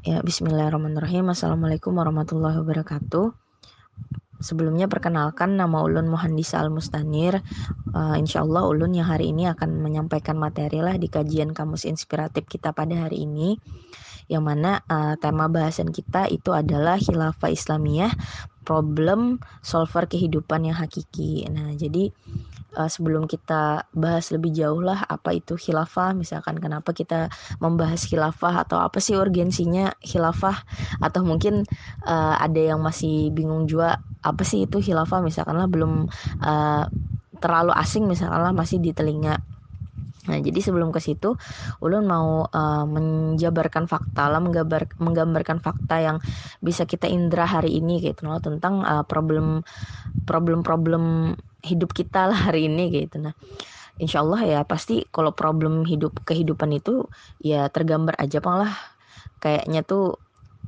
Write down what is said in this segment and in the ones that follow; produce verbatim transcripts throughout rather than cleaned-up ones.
Ya, bismillahirrahmanirrahim. Assalamualaikum warahmatullahi wabarakatuh. Sebelumnya perkenalkan, nama Ulun Muhandisa Al-Mustanir. Uh, insya Allah Ulun yang hari ini akan menyampaikan materi lah di kajian Kamus Inspiratif kita pada hari ini, yang mana uh, tema bahasan kita itu adalah Khilafah Islamiyah, problem solver kehidupan yang hakiki. Nah, jadi uh, sebelum kita bahas lebih jauh lah apa itu khilafah, misalkan kenapa kita membahas khilafah atau apa sih urgensinya khilafah, atau mungkin uh, ada yang masih bingung juga apa sih itu khilafah, misalkan lah belum uh, terlalu asing, misalkan lah masih di telinga. Nah, jadi sebelum ke situ, Ulun mau uh, menjabarkan fakta lah, menggambar, menggambarkan fakta yang bisa kita indra hari ini gitu loh, tentang uh, problem problem-problem hidup kita lah hari ini gitu. Nah, insya Allah ya pasti kalau problem hidup kehidupan itu ya tergambar aja bang lah, kayaknya tuh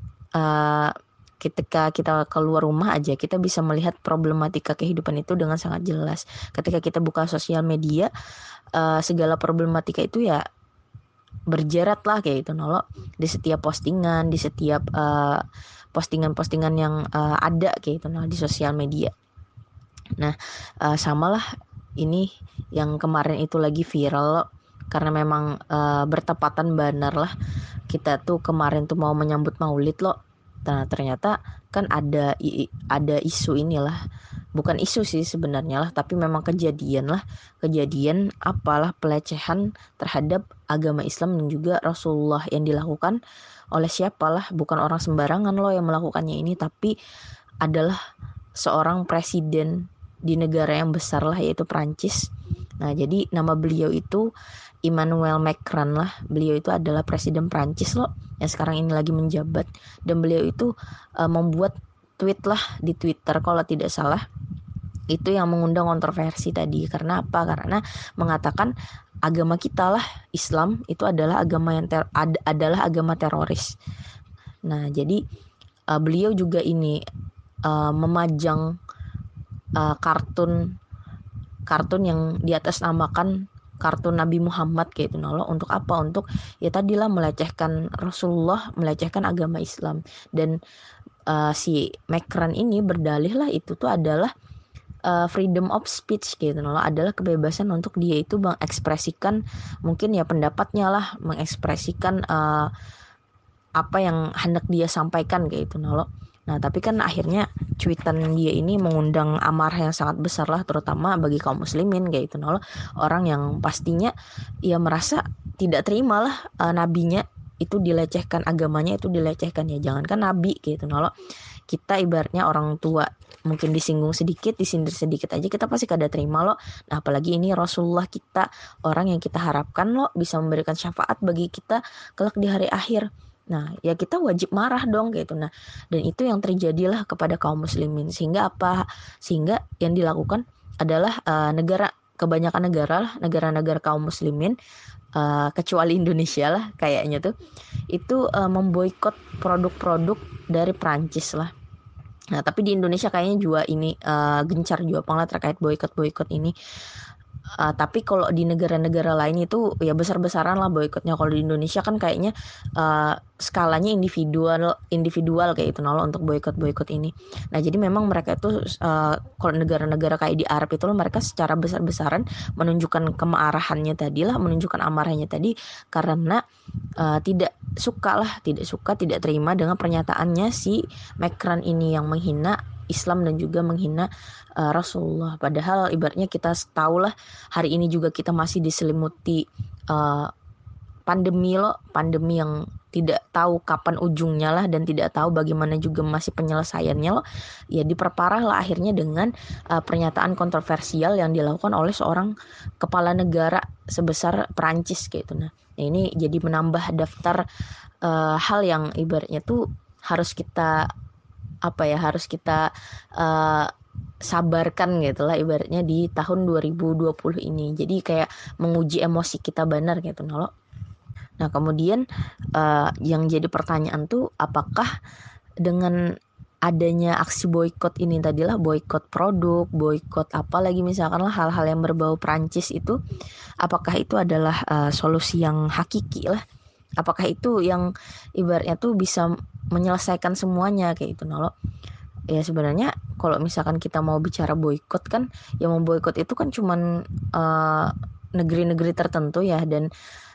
uh, ketika kita keluar rumah aja kita bisa melihat problematika kehidupan itu dengan sangat jelas. Ketika kita buka sosial media, uh, segala problematika itu ya berjerat lah kayak gitu nolok di setiap postingan, di setiap uh, postingan-postingan yang uh, ada kayak gitu nah di sosial media. Nah, uh, samalah ini yang kemarin itu lagi viral loh, karena memang uh, bertepatan benar lah kita tuh kemarin tuh mau menyambut Maulid loh. Nah, ternyata kan ada ada isu inilah, bukan isu sih sebenarnya lah, tapi memang kejadian lah, kejadian apalah pelecehan terhadap agama Islam dan juga Rasulullah yang dilakukan oleh siapalah, bukan orang sembarangan loh yang melakukannya ini, tapi adalah seorang presiden di negara yang besar lah, yaitu Prancis. Nah, jadi nama beliau itu Emmanuel Macron lah. Beliau itu adalah presiden Prancis loh yang sekarang ini lagi menjabat, dan beliau itu uh, membuat tweet lah di Twitter kalau tidak salah, itu yang mengundang kontroversi tadi. Karena apa? Karena mengatakan agama kita lah, Islam itu adalah agama yang ter- ad- adalah agama teroris. Nah, jadi uh, beliau juga ini uh, memajang uh, kartun kartun yang di atas namakan kartun Nabi Muhammad kayak itu nolok. Untuk apa? Untuk ya tadilah melecehkan Rasulullah, melecehkan agama Islam. Dan uh, si Macron ini berdalih lah itu tuh adalah uh, freedom of speech gitu nolok, adalah kebebasan untuk dia itu mengekspresikan mungkin ya pendapatnya lah, mengekspresikan uh, apa yang hendak dia sampaikan kayak itu nolok. Nah, tapi kan akhirnya cuitan dia ini mengundang amarah yang sangat besar lah, terutama bagi kaum muslimin kayak itu nolok. Orang yang pastinya ia merasa tidak terima lah uh, nabinya itu dilecehkan, agamanya itu dilecehkan, ya jangankan nabi kayak itu nolok. Kita ibaratnya orang tua mungkin disinggung sedikit, disindir sedikit aja kita pasti kada terima loh. Nah, apalagi ini Rasulullah kita, orang yang kita harapkan loh bisa memberikan syafaat bagi kita kelak di hari akhir. Nah, ya kita wajib marah dong gitu. Nah, dan itu yang terjadilah kepada kaum muslimin. Sehingga apa? Sehingga yang dilakukan adalah uh, negara kebanyakan negara lah, negara-negara kaum muslimin, uh, kecuali Indonesia lah kayaknya tuh, itu uh, memboikot produk-produk dari Prancis lah. Nah, tapi di Indonesia kayaknya juga ini uh, gencar juga panglah terkait boikot-boikot ini. Uh, tapi kalau di negara-negara lain itu ya besar-besaran lah boikotnya. Kalau di Indonesia kan kayaknya uh, skalanya individual individual kayak itu nol untuk boikot-boikot ini. Nah, jadi memang mereka itu uh, kalau negara-negara kayak di Arab itu loh, mereka secara besar-besaran menunjukkan kemarahannya tadi lah, menunjukkan amarahnya tadi karena uh, tidak suka lah, tidak suka, tidak terima dengan pernyataannya si Macron ini yang menghina Islam dan juga menghina uh, Rasulullah. Padahal ibaratnya kita tahu lah hari ini juga kita masih diselimuti uh, pandemi loh, pandemi yang tidak tahu kapan ujungnya lah, dan tidak tahu bagaimana juga masih penyelesaiannya loh. Ya diperparah lah akhirnya dengan uh, pernyataan kontroversial yang dilakukan oleh seorang kepala negara sebesar Perancis kayak itu. Nah, ini jadi menambah daftar uh, hal yang ibaratnya tuh harus kita apa ya harus kita uh, sabarkan gitu lah ibaratnya di tahun dua ribu dua puluh ini. Jadi kayak menguji emosi kita benar gitu nolok. Nah, kemudian uh, yang jadi pertanyaan tuh apakah dengan adanya aksi boykot ini tadilah, boykot produk, boykot apa lagi misalkan lah hal-hal yang berbau Prancis itu, apakah itu adalah uh, solusi yang hakiki lah, apakah itu yang ibaratnya tuh bisa menyelesaikan semuanya kayak gitu nah lo. Ya sebenarnya kalau misalkan kita mau bicara boykot kan, yang memboikot itu kan cuman uh, negeri-negeri tertentu ya, dan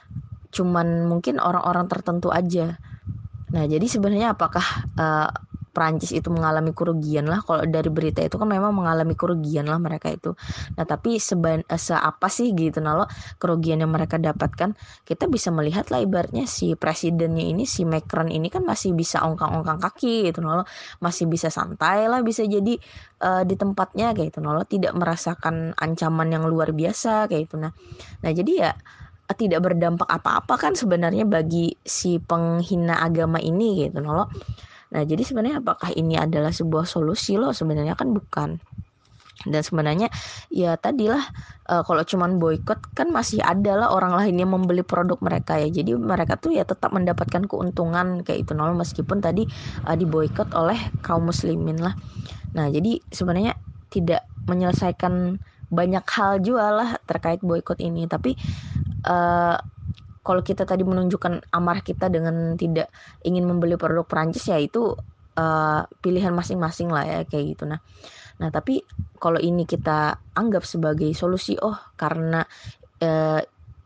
cuman mungkin orang-orang tertentu aja. Nah jadi sebenarnya apakah uh, Prancis itu mengalami kerugian lah? Kalau dari berita itu kan memang mengalami kerugian lah mereka itu. Nah tapi seben, uh, seapa sih gitu nah lo kerugian yang mereka dapatkan? Kita bisa melihat lah ibaratnya si presidennya ini, si Macron ini kan masih bisa ongkang-ongkang kaki gitu nah lo, masih bisa santai lah, bisa jadi uh, di tempatnya kayak gitu nah lo, tidak merasakan ancaman yang luar biasa kayak gitu. Nah, nah jadi ya tidak berdampak apa-apa kan sebenarnya bagi si penghina agama ini gitu loh. Nah jadi sebenarnya apakah ini adalah sebuah solusi loh? Sebenarnya kan bukan. Dan sebenarnya ya tadilah uh, kalau cuman boykot kan masih ada lah orang lain yang membeli produk mereka ya. Jadi mereka tuh ya tetap mendapatkan keuntungan kayak itu loh, meskipun tadi uh, diboykot oleh kaum muslimin lah. Nah jadi sebenarnya tidak menyelesaikan banyak hal juga lah terkait boykot ini, tapi uh, kalau kita tadi menunjukkan amarah kita dengan tidak ingin membeli produk Perancis, ya itu uh, pilihan masing-masing lah ya kayak gitu. Nah, nah tapi kalau ini kita anggap sebagai solusi, oh karena uh,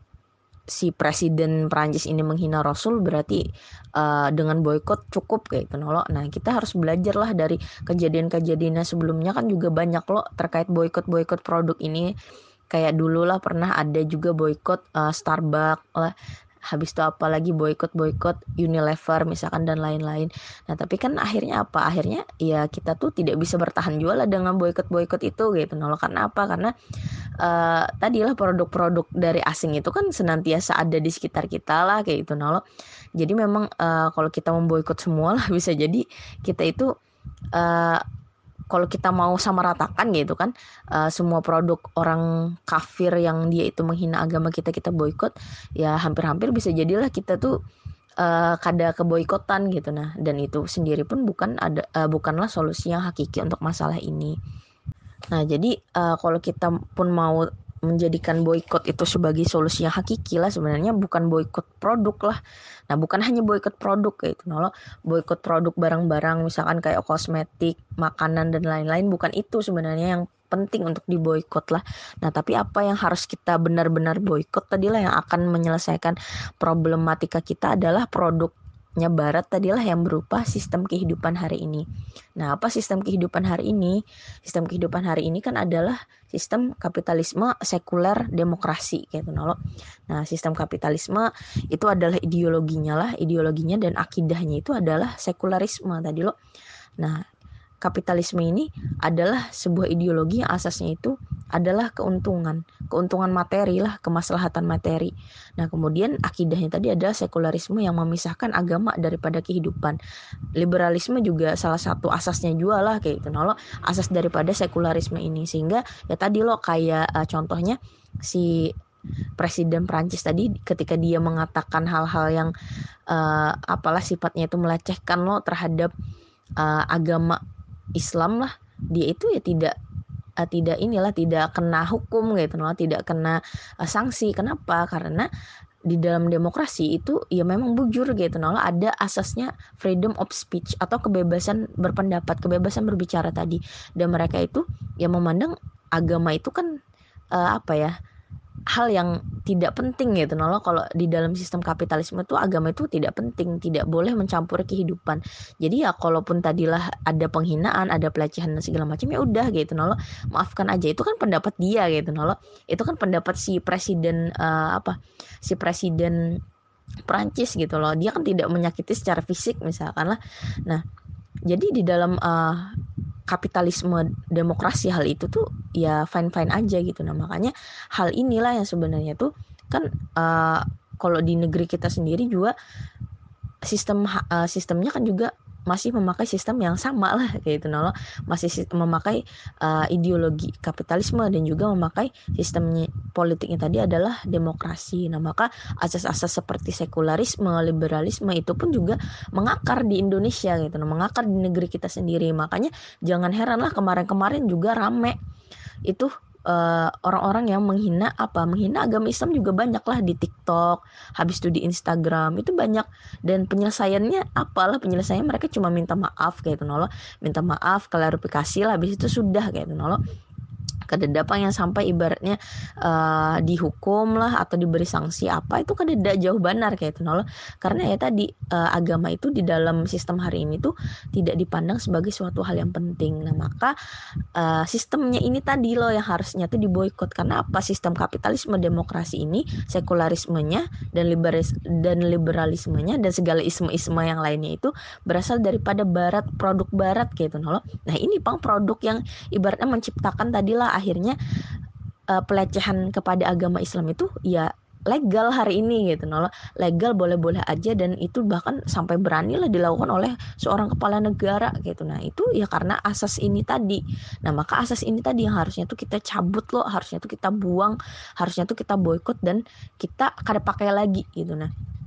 si presiden Perancis ini menghina Rasul, berarti uh, dengan boykot cukup kayak gitu loh. Nah kita harus belajar lah dari kejadian-kejadian sebelumnya kan juga banyak loh terkait boykot-boykot produk ini. Kayak dulu lah pernah ada juga boykot uh, Starbucks lah, habis itu apa lagi boykot-boykot Unilever misalkan dan lain-lain. Nah tapi kan akhirnya apa? Akhirnya ya kita tuh tidak bisa bertahan jual lah dengan boykot-boykot itu gitu. Nah, karena apa? Karena uh, tadilah produk-produk dari asing itu kan senantiasa ada di sekitar kita lah kayak gitu. Nah, jadi memang uh, kalau kita memboykot semua lah bisa jadi kita itu uh, kalau kita mau samaratakan gitu kan, uh, semua produk orang kafir yang dia itu menghina agama kita kita boykot, ya hampir-hampir bisa jadilah kita tuh uh, kada keboikotan gitu. Nah dan itu sendiri pun bukan ada uh, bukanlah solusi yang hakiki untuk masalah ini. Nah jadi uh, kalau kita pun mau menjadikan boykot itu sebagai solusi yang hakiki lah, sebenarnya bukan boykot produk lah. Nah bukan hanya boykot produk kayak itu, nah boykot produk barang-barang misalkan kayak kosmetik, makanan dan lain-lain, bukan itu sebenarnya yang penting untuk diboykot lah. Nah tapi apa yang harus kita benar-benar boykot tadilah yang akan menyelesaikan problematika kita adalah produk nya barat tadilah yang berupa sistem kehidupan hari ini. Nah, apa sistem kehidupan hari ini? Sistem kehidupan hari ini kan adalah sistem kapitalisme sekuler demokrasi gitu nah. Nah, sistem kapitalisme itu adalah ideologinya lah, ideologinya dan akidahnya itu adalah sekularisme tadi loh. Nah, kapitalisme ini adalah sebuah ideologi yang asasnya itu adalah keuntungan, keuntungan materi lah, kemaslahatan materi. Nah kemudian akidahnya tadi adalah sekularisme yang memisahkan agama daripada kehidupan. Liberalisme juga salah satu asasnya juga lah kayak gitu. Nah lo asas daripada sekularisme ini, sehingga ya tadi lo kayak uh, contohnya si Presiden Prancis tadi ketika dia mengatakan hal-hal yang uh, apalah sifatnya itu melecehkan lo terhadap uh, agama Islam lah, dia itu ya tidak uh, tidak inilah tidak kena hukum gitu loh, tidak kena uh, sanksi. Kenapa? Karena di dalam demokrasi itu ya memang bujur gitu loh, ada asasnya freedom of speech atau kebebasan berpendapat, kebebasan berbicara tadi. Dan mereka itu ya memandang agama itu kan uh, apa ya, hal yang tidak penting gitu loh. Kalau di dalam sistem kapitalisme itu agama itu tidak penting, tidak boleh mencampuri kehidupan. Jadi ya kalaupun tadilah ada penghinaan, ada pelecehan dan segala macam, ya udah gitu loh, maafkan aja, itu kan pendapat dia gitu loh. Itu kan pendapat si presiden uh, apa si presiden Prancis gitu loh. Dia kan tidak menyakiti secara fisik misalkan lah. Nah jadi di dalam uh, kapitalisme demokrasi hal itu tuh ya fine fine aja gitu. Nah makanya hal inilah yang sebenarnya tuh kan uh, kalau di negeri kita sendiri juga sistem uh, sistemnya kan juga masih memakai sistem yang sama lah kayak gitu nah, masih memakai uh, ideologi kapitalisme dan juga memakai sistemnya politiknya tadi adalah demokrasi. Nah maka asas-asas seperti sekularisme, liberalisme itu pun juga mengakar di Indonesia gitu, nah, mengakar di negeri kita sendiri. Makanya jangan heran lah kemarin-kemarin juga rame itu uh, orang-orang yang menghina apa menghina agama Islam juga banyak lah di TikTok, habis itu di Instagram itu banyak, dan penyelesaiannya apalah penyelesaiannya mereka cuma minta maaf kayak itu nolo, minta maaf klarifikasi lah, habis itu sudah kayak itu nolo. Kadeda apa yang sampai ibaratnya uh, dihukum lah atau diberi sanksi apa itu kadeda jauh benar kayak itu nolo, karena ya tadi uh, agama itu di dalam sistem hari ini tuh tidak dipandang sebagai suatu hal yang penting. Nah maka uh, sistemnya ini tadi loh yang harusnya tuh diboikot, karena apa, sistem kapitalisme demokrasi ini sekularismenya dan liberis dan liberalismenya dan segala isme-isme yang lainnya itu berasal daripada barat, produk barat kayak itu nolo. Nah ini pang produk yang ibaratnya menciptakan tadilah akhirnya uh, pelecehan kepada agama Islam itu ya legal hari ini gitu nolo, legal boleh-boleh aja, dan itu bahkan sampai berani lah dilakukan oleh seorang kepala negara gitu. Nah itu ya karena asas ini tadi. Nah maka asas ini tadi yang harusnya tuh kita cabut loh, harusnya tuh kita buang, harusnya tuh kita boikot dan kita kada pakai lagi gitu. Nah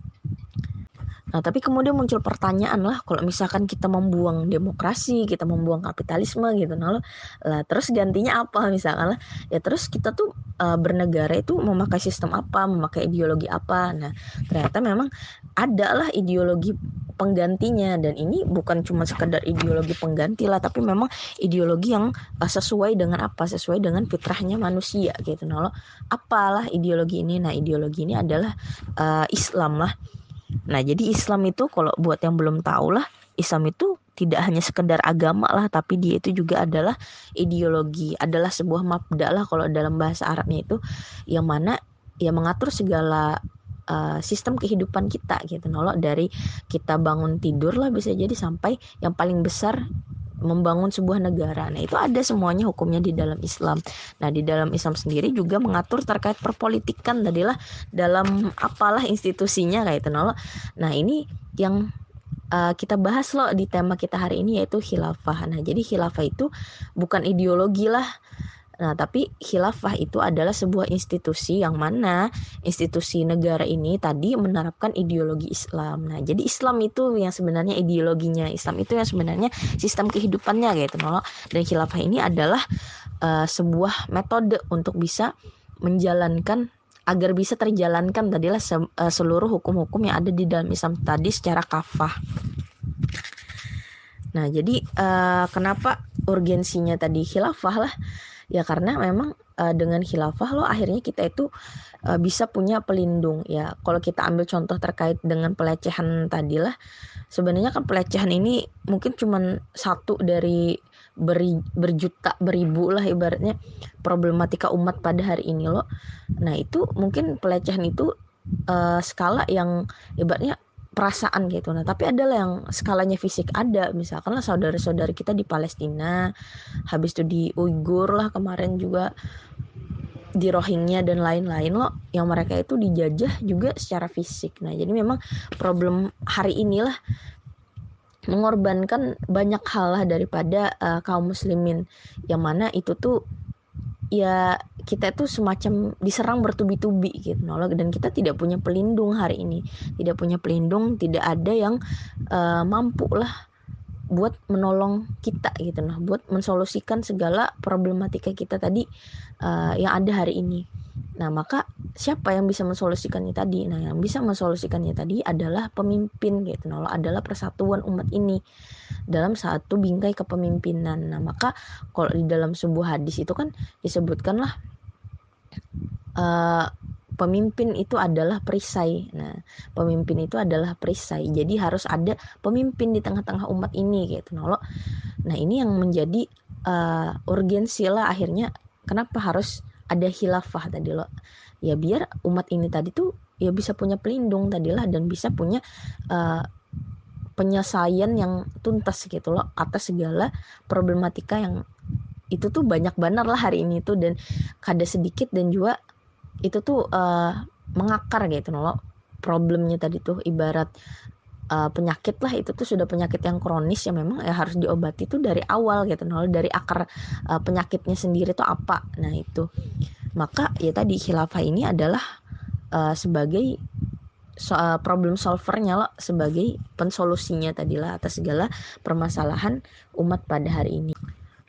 Nah, tapi kemudian muncul pertanyaan lah, kalau misalkan kita membuang demokrasi, kita membuang kapitalisme gitu, nah lah terus gantinya apa misalkan lah, ya terus kita tuh uh, bernegara itu memakai sistem apa, memakai ideologi apa. Nah, ternyata memang ada lah ideologi penggantinya, dan ini bukan cuma sekedar ideologi pengganti lah, tapi memang ideologi yang uh, sesuai dengan apa, sesuai dengan fitrahnya manusia gitu. Nah, apalah ideologi ini? Nah, ideologi ini adalah uh, Islam lah. Nah jadi Islam itu kalau buat yang belum tahu lah, Islam itu tidak hanya sekedar agama lah, tapi dia itu juga adalah ideologi, adalah sebuah mabda lah kalau dalam bahasa Arabnya itu, yang mana ya mengatur segala uh, sistem kehidupan kita gitu nolo, dari kita bangun tidur lah bisa jadi sampai yang paling besar membangun sebuah negara. Nah itu ada semuanya hukumnya di dalam Islam. Nah di dalam Islam sendiri juga mengatur terkait perpolitikan tadilah, dalam apalah institusinya kayak itu nolo. Nah ini yang uh, kita bahas loh di tema kita hari ini, yaitu khilafah. Nah jadi khilafah itu bukan ideologi lah. Nah, tapi khilafah itu adalah sebuah institusi yang mana institusi negara ini tadi menerapkan ideologi Islam. Nah, jadi Islam itu yang sebenarnya ideologinya, Islam itu yang sebenarnya sistem kehidupannya gitu loh. Dan khilafah ini adalah uh, sebuah metode untuk bisa menjalankan, agar bisa terjalankan tadilah se- uh, seluruh hukum-hukum yang ada di dalam Islam tadi secara kafah. Nah, jadi uh, kenapa urgensinya tadi khilafah lah? Ya karena memang uh, dengan khilafah loh akhirnya kita itu uh, bisa punya pelindung. Ya kalau kita ambil contoh terkait dengan pelecehan tadi lah, sebenarnya kan pelecehan ini mungkin cuma satu dari beri, berjuta beribu lah ibaratnya problematika umat pada hari ini loh. Nah itu mungkin pelecehan itu uh, skala yang ibaratnya perasaan gitu. Nah tapi ada lah yang skalanya fisik, ada misalkan lah saudara-saudari kita di Palestina, habis itu di Uighur lah kemarin juga, di Rohingya dan lain-lain loh, yang mereka itu dijajah juga secara fisik. Nah jadi memang problem hari inilah mengorbankan banyak hal lah daripada uh, kaum muslimin, yang mana itu tuh ya kita itu semacam diserang bertubi-tubi gitu nolok, dan kita tidak punya pelindung hari ini, tidak punya pelindung, tidak ada yang uh, mampu lah buat menolong kita gitu nah, buat mensolusikan segala problematika kita tadi uh, yang ada hari ini. Nah maka siapa yang bisa mensolusikannya tadi? Nah yang bisa mensolusikannya tadi adalah pemimpin gitu nah, adalah persatuan umat ini dalam satu bingkai kepemimpinan. Nah maka kalau di dalam sebuah hadis itu kan disebutkanlah uh, pemimpin itu adalah perisai. Nah, pemimpin itu adalah perisai. Jadi harus ada pemimpin di tengah-tengah umat ini gitu. Nah, nah ini yang menjadi uh, urgensi lah akhirnya kenapa harus ada khilafah tadi loh. Ya biar umat ini tadi tuh ya bisa punya pelindung tadilah, dan bisa punya uh, penyelesaian yang tuntas gitu loh atas segala problematika yang itu tuh banyak banget lah hari ini tuh, dan kada sedikit, dan juga itu tuh uh, mengakar gitu loh problemnya tadi tuh, ibarat uh, penyakit lah, itu tuh sudah penyakit yang kronis yang memang ya harus diobati tuh dari awal gitu loh, dari akar uh, penyakitnya sendiri tuh apa. Nah itu maka ya tadi khilafah ini adalah uh, sebagai so, uh, problem solvernya loh, sebagai pensolusinya tadilah atas segala permasalahan umat pada hari ini.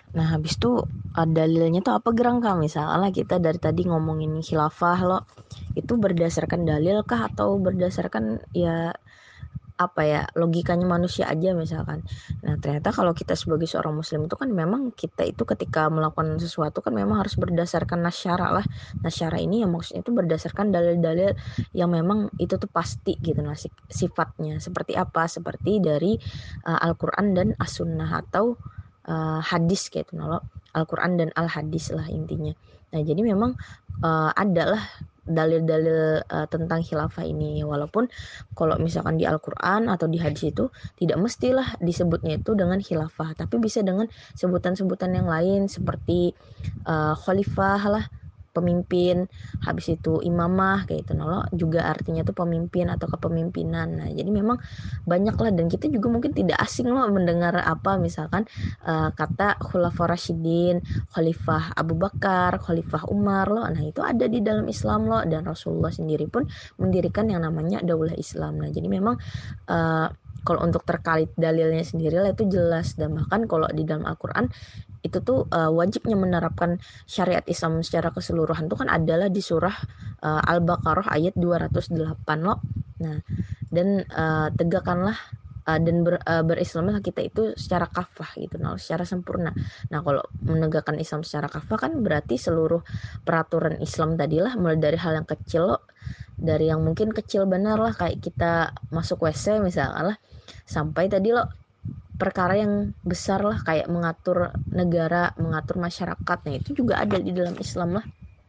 Nah habis itu uh, dalilnya tuh apa gerang Kak? Misalnya kita dari tadi ngomongin khilafah loh, itu berdasarkan dalil kah atau berdasarkan ya apa ya logikanya manusia aja misalkan. Nah ternyata kalau kita sebagai seorang muslim itu kan memang kita itu ketika melakukan sesuatu kan memang harus berdasarkan nasyara lah. Nasyara ini yang maksudnya itu berdasarkan dalil-dalil yang memang itu tuh pasti gitu nah sifatnya seperti apa, seperti dari uh, Al-Quran dan As-Sunnah atau uh, hadis gitu nah Al-Quran dan Al-Hadis lah intinya. Nah jadi memang uh, ada lah dalil-dalil uh, tentang khilafah ini, walaupun kalau misalkan di Al-Quran atau di hadis itu tidak mestilah disebutnya itu dengan khilafah, tapi bisa dengan sebutan-sebutan yang lain seperti uh, khalifah lah, pemimpin, habis itu imamah kayak itu nah juga artinya tuh pemimpin atau kepemimpinan. Nah jadi memang banyak lah, dan kita juga mungkin tidak asing loh mendengar apa misalkan uh, kata khulafaur rasyidin, khalifah Abu Bakar, khalifah Umar loh. Nah itu ada di dalam Islam loh, dan Rasulullah sendiri pun mendirikan yang namanya Daulah Islam. Nah jadi memang uh, kalau untuk terkait dalilnya sendiri lah itu jelas, dan bahkan kalau di dalam Al-Quran itu tuh uh, wajibnya menerapkan syariat Islam secara keseluruhan tuh kan adalah di surah uh, Al-Baqarah ayat dua ratus delapan loh. Nah dan uh, tegakkanlah uh, dan ber, uh, berislamlah kita itu secara kafah gitu nah secara sempurna. Nah kalau menegakkan Islam secara kafah kan berarti seluruh peraturan Islam tadilah, mulai dari hal yang kecil loh, dari yang mungkin kecil benar lah kayak kita masuk W C misalnya lah, sampai tadi loh perkara yang besar lah kayak mengatur negara, mengatur masyarakat. Nah itu juga ada di dalam Islam lah.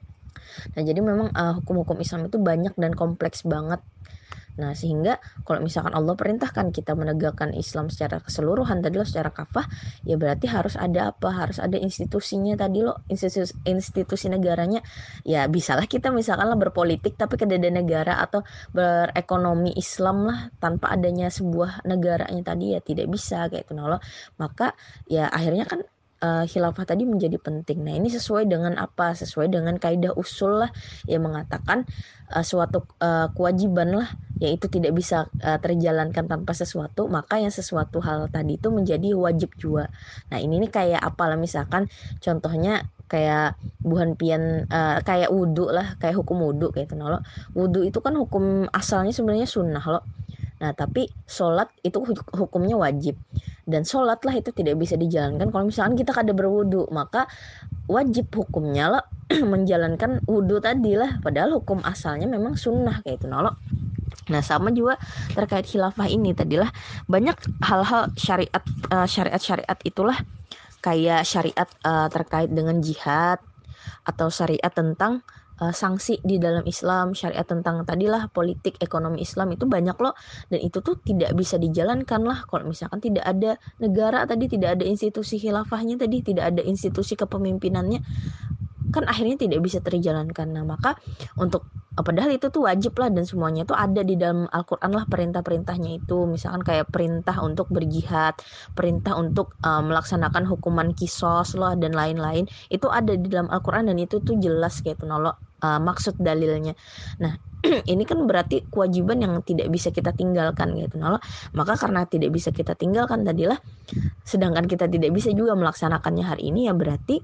Nah jadi memang uh, hukum-hukum Islam itu banyak dan kompleks banget. Nah sehingga kalau misalkan Allah perintahkan kita menegakkan Islam secara keseluruhan tadi loh, secara kafah, ya berarti harus ada apa, harus ada institusinya tadi loh, institusi, institusi negaranya. Ya bisalah kita misalkan lah berpolitik tapi kedada negara, atau berekonomi Islam lah tanpa adanya sebuah negaranya tadi, ya tidak bisa kayak itu nah loh. Maka ya akhirnya kan uh, khilafah tadi menjadi penting. Nah ini sesuai dengan apa, sesuai dengan kaidah usul lah yang mengatakan uh, suatu uh, kewajiban lah yaitu tidak bisa uh, terjalankan tanpa sesuatu, maka yang sesuatu hal tadi itu menjadi wajib juga. Nah ini nih kayak apalah, misalkan contohnya kayak buhan pian uh, kayak wudhu lah, kayak hukum wudhu kayak itu loh. Wudhu itu kan hukum asalnya sebenarnya sunnah loh. Nah tapi sholat itu hukumnya wajib, dan sholat lah itu tidak bisa dijalankan kalau misalkan kita kada berwudhu, maka wajib hukumnya loh menjalankan wudhu tadi lah, padahal hukum asalnya memang sunnah kayak itu loh. Nah sama juga terkait khilafah ini tadilah, banyak hal-hal syariat uh, syariat-syariat itulah, kayak syariat uh, terkait dengan jihad, atau syariat tentang uh, sanksi di dalam Islam, syariat tentang tadilah politik ekonomi Islam itu banyak loh, dan itu tuh tidak bisa dijalankan lah kalau misalkan tidak ada negara tadi, tidak ada institusi khilafahnya tadi, tidak ada institusi kepemimpinannya, kan akhirnya tidak bisa terjalankan. Nah maka untuk padahal itu tuh wajib lah, dan semuanya tuh ada di dalam Al-Quran lah perintah-perintahnya itu, misalkan kayak perintah untuk berjihad, perintah untuk uh, melaksanakan hukuman kisos lah dan lain-lain, itu ada di dalam Al-Quran, dan itu tuh jelas kayak itu nolok uh, maksud dalilnya. Nah ini kan berarti kewajiban yang tidak bisa kita tinggalkan gitu nolok. Maka karena tidak bisa kita tinggalkan tadilah, sedangkan kita tidak bisa juga melaksanakannya hari ini, ya berarti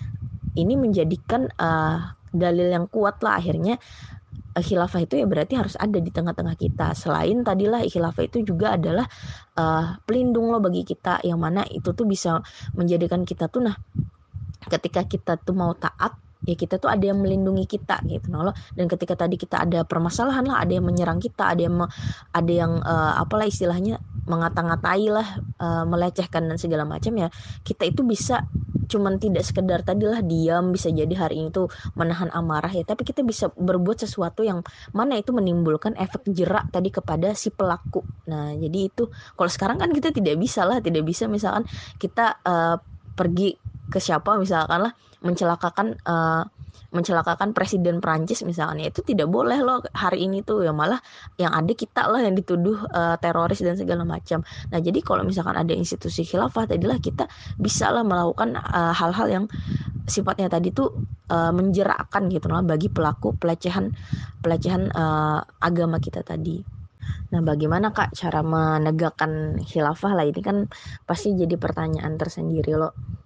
ini menjadikan uh, dalil yang kuat lah akhirnya uh, khilafah itu ya berarti harus ada di tengah-tengah kita. Selain tadilah khilafah itu juga adalah uh, pelindung loh bagi kita, yang mana itu tuh bisa menjadikan kita tuh nah ketika kita tuh mau taat, ya kita tuh ada yang melindungi kita gitu loh. Dan ketika tadi kita ada permasalahan lah, ada yang menyerang kita, ada yang ada yang uh, apalah istilahnya mengata-ngatai lah, uh, melecehkan dan segala macam, ya kita itu bisa cuman tidak sekedar tadilah diam, bisa jadi hari ini tuh menahan amarah ya, tapi kita bisa berbuat sesuatu yang mana itu menimbulkan efek jerak tadi kepada si pelaku. Nah jadi itu kalau sekarang kan kita tidak bisa lah, tidak bisa misalkan kita uh, pergi ke siapa misalkan lah mencelakakan uh, mencelakakan presiden Prancis misalkan, ya itu tidak boleh loh hari ini tuh, ya malah yang ada kita lah yang dituduh uh, teroris dan segala macam. Nah jadi kalau misalkan ada institusi khilafah tadilah kita bisa lah melakukan uh, hal-hal yang sifatnya tadi tuh uh, menjerakkan gitu loh bagi pelaku pelecehan pelecehan uh, agama kita tadi. Nah bagaimana Kak cara menegakkan khilafah lah, ini kan pasti jadi pertanyaan tersendiri loh.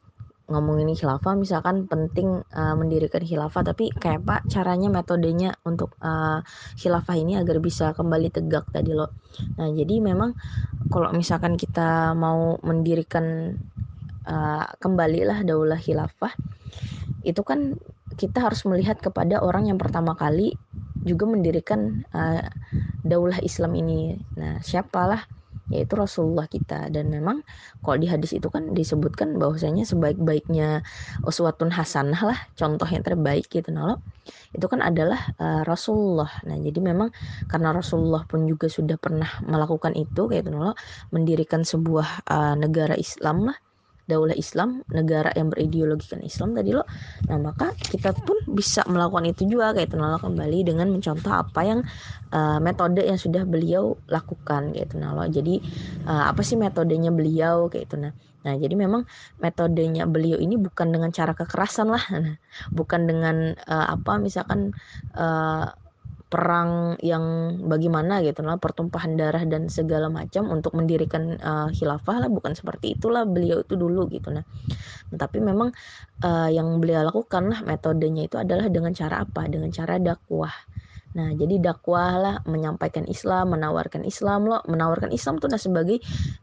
ngomongin khilafah misalkan penting uh, mendirikan khilafah, tapi kayak apa caranya, metodenya untuk uh, khilafah ini agar bisa kembali tegak tadi loh. Nah jadi memang kalau misalkan kita mau mendirikan uh, kembalilah daulah khilafah, itu kan kita harus melihat kepada orang yang pertama kali juga mendirikan uh, daulah Islam ini. Nah siapalah, yaitu Rasulullah kita. Dan memang kalau di hadis itu kan disebutkan bahwasanya sebaik-baiknya uswatun hasanah lah, contoh yang terbaik gitu nah, itu kan adalah uh, Rasulullah. Nah jadi memang karena Rasulullah pun juga sudah pernah melakukan itu kayak gitu nah, mendirikan sebuah uh, negara Islam lah, daulah Islam, negara yang berideologikan Islam tadi loh. Nah maka kita pun bisa melakukan itu juga kayak itu nah, kembali dengan mencontoh apa yang uh, metode yang sudah beliau lakukan kayak itu nah. Jadi uh, apa sih metodenya beliau kayak itu nah. Nah jadi memang metodenya beliau ini bukan dengan cara kekerasan lah, nah, bukan dengan uh, apa misalkan uh, perang yang bagaimana gitu lah, pertumpahan darah dan segala macam untuk mendirikan uh, khilafah lah, bukan seperti itulah beliau itu dulu gitu. Nah tapi memang uh, yang beliau lakukan lah metodenya itu adalah dengan cara apa, dengan cara dakwah. Nah jadi dakwah lah, menyampaikan Islam, menawarkan Islam loh, menawarkan Islam tuh nah sebagai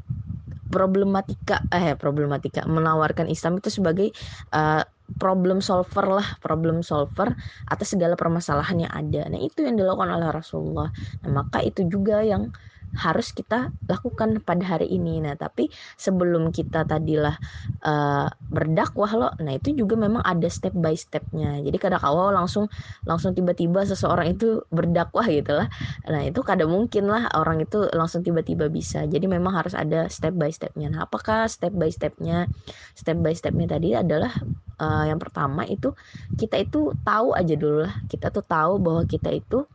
problematika eh problematika menawarkan Islam itu sebagai uh, problem solver lah, problem solver atas segala permasalahan yang ada. Nah itu yang dilakukan oleh Rasulullah. Nah maka itu juga yang harus kita lakukan pada hari ini. Nah tapi sebelum kita tadilah uh, berdakwah loh, nah itu juga memang ada step by stepnya. Jadi kadang kala langsung langsung tiba-tiba seseorang itu berdakwah gitu lah. Nah itu kadang mungkin lah orang itu langsung tiba-tiba bisa. Jadi memang harus ada step by stepnya. Nah apakah step by stepnya? Step by stepnya tadi adalah uh, yang pertama itu kita itu tahu aja dulu lah. Kita tuh tahu bahwa kita itu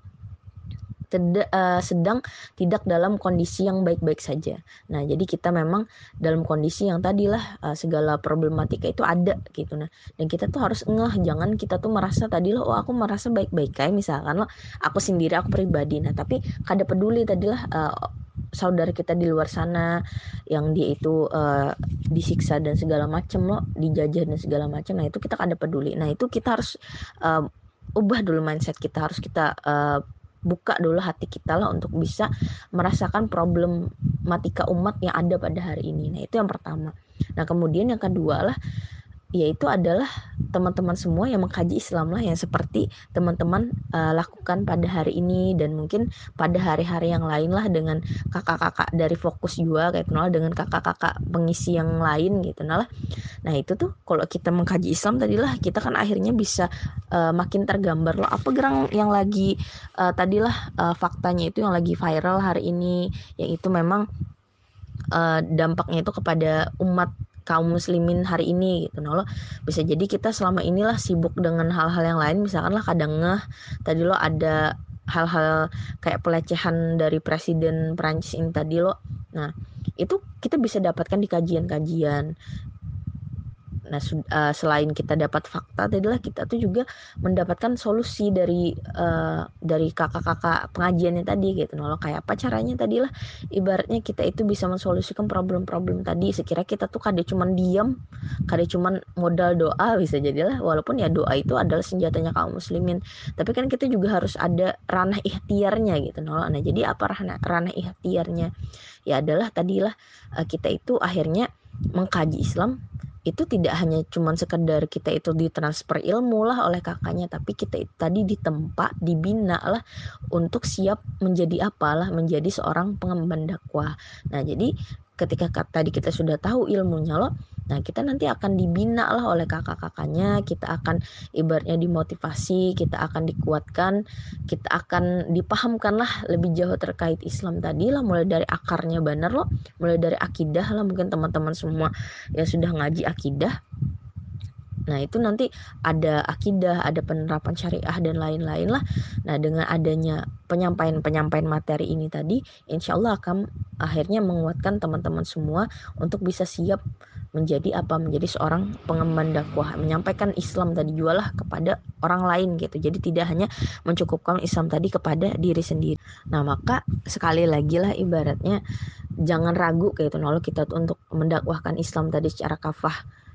Tidak, uh, sedang tidak dalam kondisi yang baik-baik saja. Nah jadi kita memang dalam kondisi yang tadilah uh, segala problematika itu ada gitu. Nah dan kita tuh harus ngeh, jangan kita tuh merasa tadilah oh aku merasa baik-baik kayak misalkan loh aku sendiri, aku pribadi. Nah tapi kada peduli tadilah uh, saudara kita di luar sana yang dia itu uh, disiksa dan segala macam loh, dijajah dan segala macam. Nah itu kita kada peduli. Nah itu kita harus uh, ubah dulu mindset kita, harus kita uh, buka dulu hati kita lah untuk bisa merasakan problematika umat yang ada pada hari ini. Nah itu yang pertama. Nah kemudian yang kedua lah, yaitu adalah teman-teman semua yang mengkaji Islam lah, yang seperti teman-teman uh, lakukan pada hari ini dan mungkin pada hari-hari yang lain lah, dengan kakak-kakak dari Fokus juga kayak kenal, dengan kakak-kakak pengisi yang lain gitu nah. Nah itu tuh kalau kita mengkaji Islam tadilah kita kan akhirnya bisa uh, makin tergambar loh apa gerang yang lagi uh, tadilah uh, faktanya itu yang lagi viral hari ini, yang itu memang uh, dampaknya itu kepada umat kaum muslimin hari ini gitu nah lo. Bisa jadi kita selama inilah sibuk dengan hal-hal yang lain, misalkan lah kadang ngeh tadi lo ada hal-hal kayak pelecehan dari presiden Prancis ini tadi lo. Nah itu kita bisa dapatkan di kajian-kajian. Nah, uh, selain kita dapat fakta tadilah kita tuh juga mendapatkan solusi dari uh, dari kakak-kakak pengajiannya tadi gitu. Nah, kayak apa caranya tadilah ibaratnya kita itu bisa mensolusikan problem-problem tadi. Sekira kita tuh kada cuman diam, kada cuman modal doa, bisa jadilah walaupun ya doa itu adalah senjatanya kaum muslimin. Tapi kan kita juga harus ada ranah ikhtiarnya gitu. Nah, jadi apa ranah ranah ikhtiarnya? Ya adalah tadilah uh, kita itu akhirnya mengkaji Islam itu tidak hanya cuman sekedar kita itu ditransfer ilmu lah oleh kakaknya, tapi kita itu tadi ditempa, dibina lah untuk siap menjadi apalah, menjadi seorang pengemban dakwah. Nah jadi ketika tadi kita sudah tahu ilmunya loh, nah kita nanti akan dibina lah oleh kakak-kakaknya, kita akan ibaratnya dimotivasi, kita akan dikuatkan, kita akan dipahamkan lah lebih jauh terkait Islam tadi lah, mulai dari akarnya benar loh, mulai dari akidah lah. Mungkin teman-teman semua yang sudah ngaji akidah, nah itu nanti ada akidah, ada penerapan syariah dan lain-lain lah. Nah dengan adanya penyampaian-penyampaian materi ini tadi, insya Allah akan akhirnya menguatkan teman-teman semua untuk bisa siap menjadi apa, menjadi seorang pengemban dakwah, menyampaikan Islam tadi juga lah kepada orang lain gitu. Jadi tidak hanya mencukupkan Islam tadi kepada diri sendiri. Nah maka sekali lagi lah ibaratnya jangan ragu kayak itu, kalau kita tuh untuk mendakwahkan Islam tadi secara kafah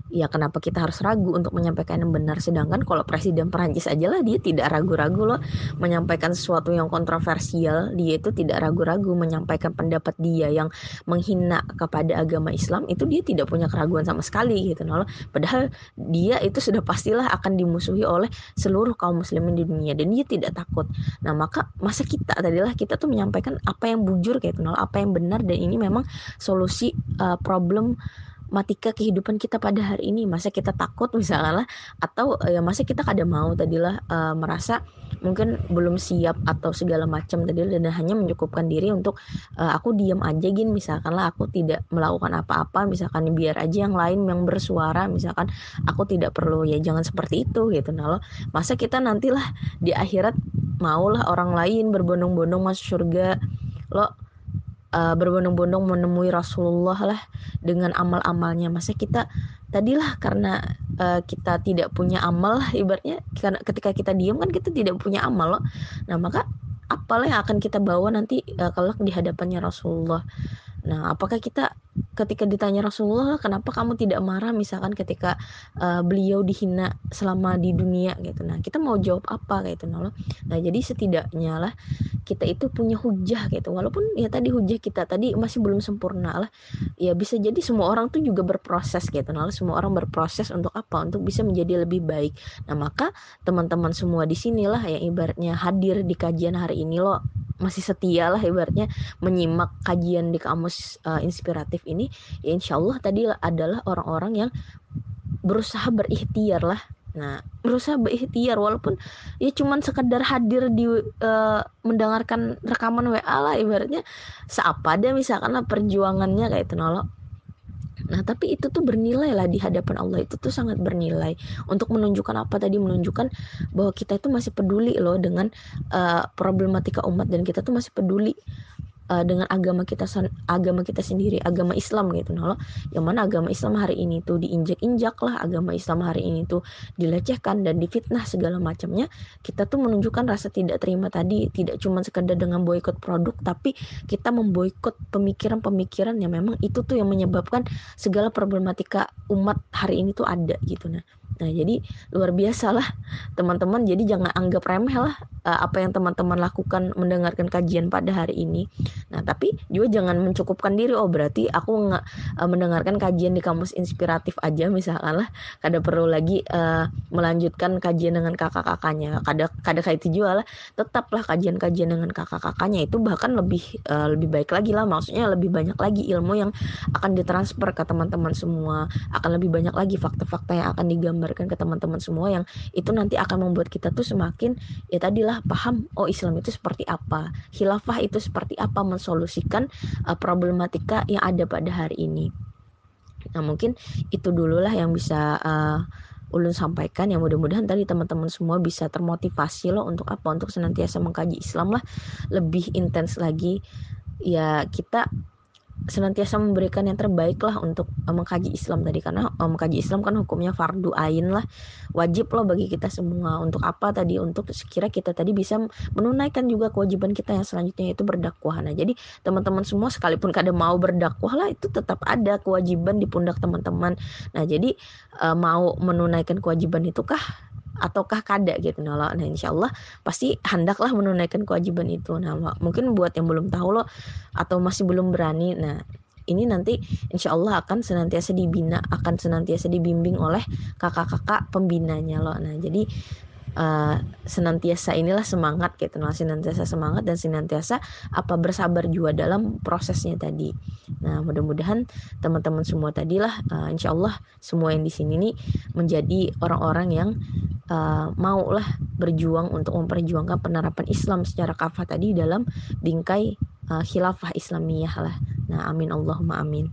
Ya kenapa kita harus ragu untuk menyampaikan yang benar, sedangkan kalau Presiden Perancis aja lah dia tidak ragu-ragu loh menyampaikan sesuatu yang kontroversial, dia itu tidak ragu-ragu menyampaikan pendapat dia yang menghina kepada agama Islam, itu dia tidak punya keraguan sama sekali gitu loh. Padahal dia itu sudah pastilah akan dimusuhi oleh seluruh kaum muslimin di dunia dan dia tidak takut. Nah maka masa kita tadilah kita tuh menyampaikan apa yang bujur kayak gitu loh, apa yang benar, dan ini memang solusi uh, problem matika kehidupan kita pada hari ini. Masa kita takut misalnya, atau ya masa kita kada mau tadilah uh, merasa mungkin belum siap atau segala macam tadi, dan hanya mencukupkan diri untuk uh, aku diam aja gin, misalkanlah aku tidak melakukan apa-apa, misalkan biar aja yang lain yang bersuara, misalkan aku tidak perlu, ya jangan seperti itu gitu. Nah lo masa kita nantilah di akhirat maulah orang lain berbondong-bondong masuk surga, lo uh, berbondong-bondong menemui Rasulullah lah dengan amal-amalnya. Masa kita tadilah karena uh, kita tidak punya amal lah, ibaratnya karena ketika kita diam kan kita tidak punya amal loh. Nah maka apalah yang akan kita bawa nanti uh, kalau di hadapannya Rasulullah. Nah, apakah kita ketika ditanya Rasulullah, kenapa kamu tidak marah misalkan ketika uh, beliau dihina selama di dunia gitu. Nah, kita mau jawab apa kayak itu nah, nah jadi setidaknya lah kita itu punya hujah gitu. Walaupun ya tadi hujah kita tadi masih belum sempurna lah. Ya bisa jadi semua orang tuh juga berproses gitu. Nah, semua orang berproses untuk apa? Untuk bisa menjadi lebih baik. Nah, maka teman-teman semua di sinilah yang ibaratnya hadir di kajian hari ini loh, masih setia lah ibaratnya menyimak kajian di kamus uh, inspiratif ini, ya insya Allah tadi adalah orang-orang yang berusaha berikhtiar lah. Nah, berusaha berikhtiar walaupun ya cuman sekedar hadir di uh, mendengarkan rekaman W A lah, ibaratnya seapa ada misalkan lah perjuangannya kayak itu nolok. Nah tapi itu tuh bernilai lah di hadapan Allah, itu tuh sangat bernilai untuk menunjukkan apa tadi, menunjukkan bahwa kita itu masih peduli loh dengan uh, problematika umat, dan kita tuh masih peduli uh, dengan agama kita agama kita sendiri, agama Islam gitu nah loh. Yang mana agama Islam hari ini tuh diinjak-injak lah, agama Islam hari ini tuh dilecehkan dan difitnah segala macamnya. Kita tuh menunjukkan rasa tidak terima tadi, tidak cuma sekedar dengan boikot produk, tapi kita memboikot pemikiran-pemikiran yang memang itu tuh yang menyebabkan segala problematika umat hari ini tuh ada gitu. Nah, nah jadi luar biasa lah teman-teman, jadi jangan anggap remeh lah uh, apa yang teman-teman lakukan mendengarkan kajian pada hari ini. Nah tapi juga jangan mencukupkan diri, oh berarti aku nggak uh, mendengarkan kajian di kamus inspiratif aja misalkan lah, kada perlu lagi uh, melanjutkan kajian dengan kakak-kakaknya, kada kada kayak itu juga lah, tetaplah kajian-kajian dengan kakak-kakaknya itu bahkan lebih uh, lebih baik lagi lah, maksudnya lebih banyak lagi ilmu yang akan ditransfer ke teman-teman semua, akan lebih banyak lagi fakta-fakta yang akan digambarkan ke teman-teman semua, yang itu nanti akan membuat kita tuh semakin ya tadilah paham, oh Islam itu seperti apa, khilafah itu seperti apa, mensolusikan uh, problematika yang ada pada hari ini. Nah mungkin itu dululah yang bisa uh, ulun sampaikan, yang mudah-mudahan tadi teman-teman semua bisa termotivasi loh untuk apa, untuk senantiasa mengkaji Islam lah lebih intens lagi. Ya kita senantiasa memberikan yang terbaik lah untuk uh, mengkaji Islam tadi, karena uh, mengkaji Islam kan hukumnya fardu ain lah, wajib loh bagi kita semua. Untuk apa tadi, untuk sekira kita tadi bisa menunaikan juga kewajiban kita yang selanjutnya, yaitu berdakwah. Nah jadi teman-teman semua sekalipun kada mau berdakwah lah, itu tetap ada kewajiban di pundak teman-teman. Nah jadi uh, mau menunaikan kewajiban itu kah ataukah kada gitu nah, nah insyaallah pasti hendaklah menunaikan kewajiban itu. Nah mungkin buat yang belum tahu loh atau masih belum berani, nah ini nanti insyaallah akan senantiasa dibina, akan senantiasa dibimbing oleh kakak-kakak pembinanya loh. Nah jadi uh, senantiasa inilah semangat gitu, nah senantiasa semangat dan senantiasa apa bersabar juga dalam prosesnya tadi. Nah mudah-mudahan teman-teman semua tadilah uh, insyaallah semua yang di sini nih menjadi orang-orang yang Uh, maulah berjuang untuk memperjuangkan penerapan Islam secara kafah tadi dalam bingkai uh, khilafah Islamiyah lah. Nah amin Allahumma amin.